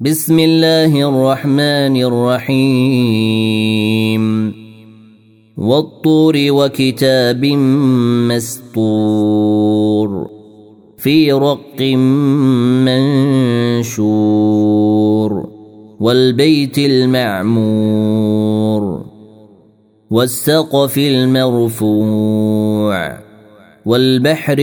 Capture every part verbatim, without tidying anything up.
بسم الله الرحمن الرحيم والطور وكتاب مسطور في رق منشور والبيت المعمور والسقف المرفوع والبحر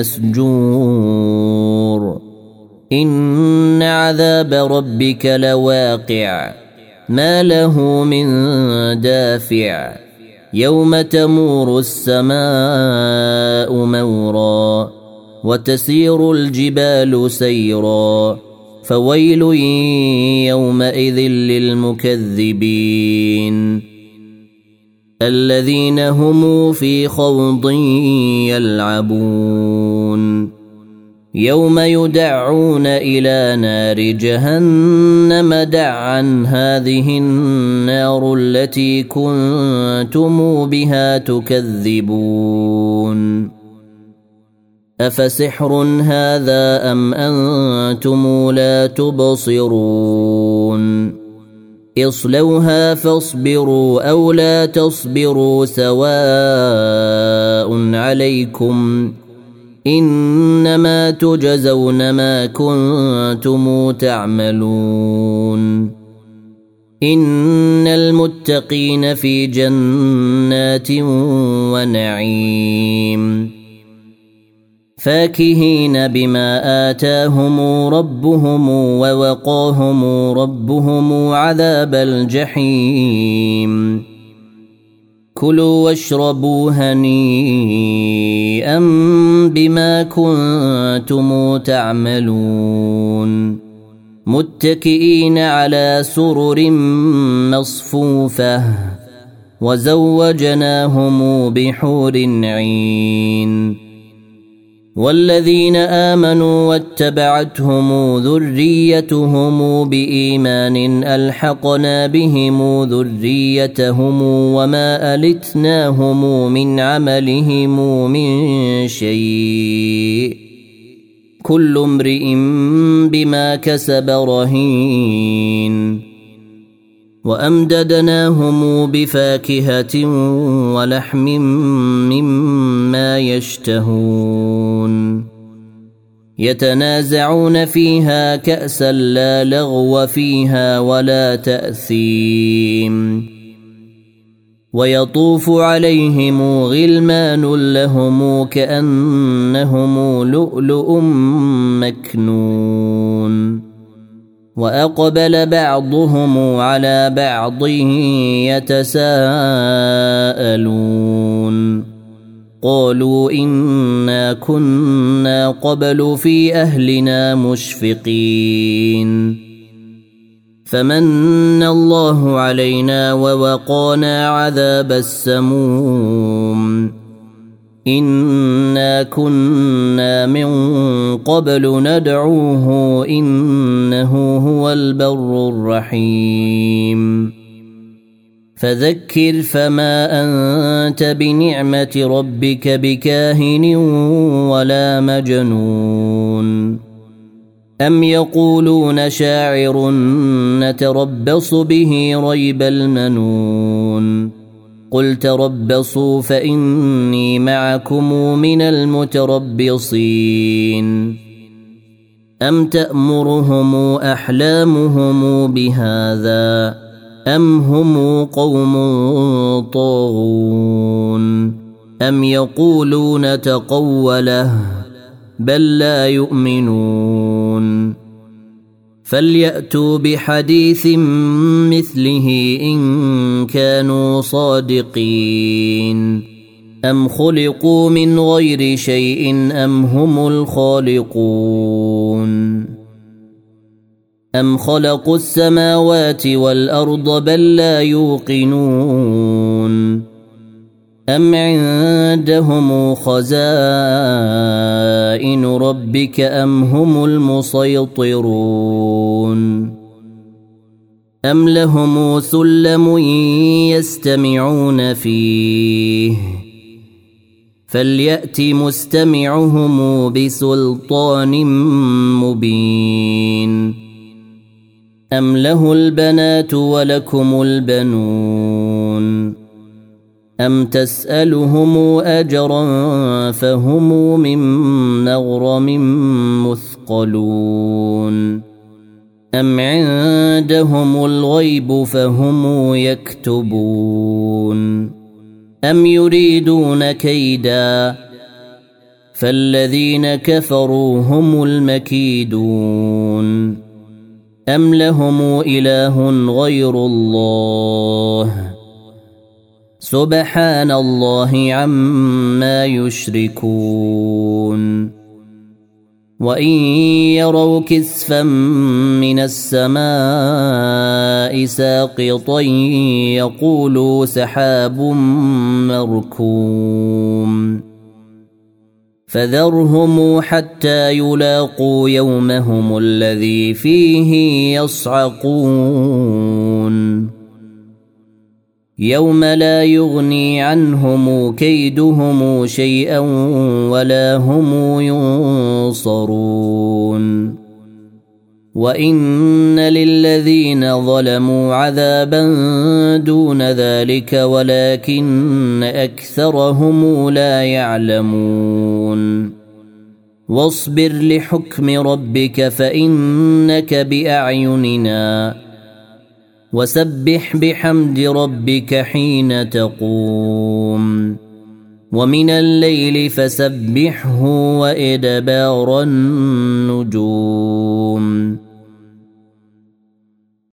المسجور إن عذاب ربك لواقع ما له من دافع يوم تمور السماء مورا وتسير الجبال سيرا فويل يومئذ للمكذبين الذين هم في خوض يلعبون يوم يدعون إلى نار جهنم دعا هذه النار التي كنتم بها تكذبون أفسحر هذا أم أنتم لا تبصرون اصلوها فاصبروا أو لا تصبروا سواء عليكم إنما تجزون ما كنتم تعملون إن المتقين في جنات ونعيم فاكهين بما آتاهم ربهم ووقاهم ربهم عذاب الجحيم كلوا واشربوا هنيئا بما كنتم تعملون متكئين على سرر مصفوفة وزوجناهم بحور عين والذين آمنوا واتبعتهم ذريتهم بإيمان ألحقنا بهم ذريتهم وما ألتناهم من عملهم من شيء كل امرئ بما كسب رهين وأمددناهم بفاكهة ولحم مما يشتهون يتنازعون فيها كأسا لا لغو فيها ولا تأثيم ويطوف عليهم غلمان لهم كأنهم لؤلؤ مكنون وأقبل بعضهم على بعض يتساءلون قالوا إنا كنا قبل في أهلنا مشفقين فمن الله علينا ووقانا عذاب السموم إنا كنا من قبل ندعوه إنه هو البر الرحيم فذكر فما أنت بنعمة ربك بكاهن ولا مجنون أم يقولون شاعر نتربص به ريب المنون قل تربصوا فإني معكم من المتربصين أم تأمرهم أحلامهم بهذا أم هم قوم طاغون أم يقولون تقوله بل لا يؤمنون فليأتوا بحديث مثله إن كانوا صادقين أم خلقوا من غير شيء أم هم الخالقون أم خلقوا السماوات والأرض بل لا يوقنون أم عندهم خزائن ربك أم هم المسيطرون أم لهم سلم يستمعون فيه فليأت مستمعهم بسلطان مبين أم له البنات ولكم البنون أم تسألهم أجرا فهم من مغرم مثقلون أم عندهم الغيب فهم يكتبون أم يريدون كيدا فالذين كفروا هم المكيدون أم لهم إله غير الله سبحان الله عما يشركون وإن يروا كسفا من السماء ساقطا يقولوا سحاب مركوم فذرهم حتى يلاقوا يومهم الذي فيه يصعقون يوم لا يغني عنهم كيدهم شيئا ولا هم ينصرون وإن للذين ظلموا عذابا دون ذلك ولكن أكثرهم لا يعلمون واصبر لحكم ربك فإنك بأعيننا وسبح بحمد ربك حين تقوم ومن الليل فسبحه وإدبار النجوم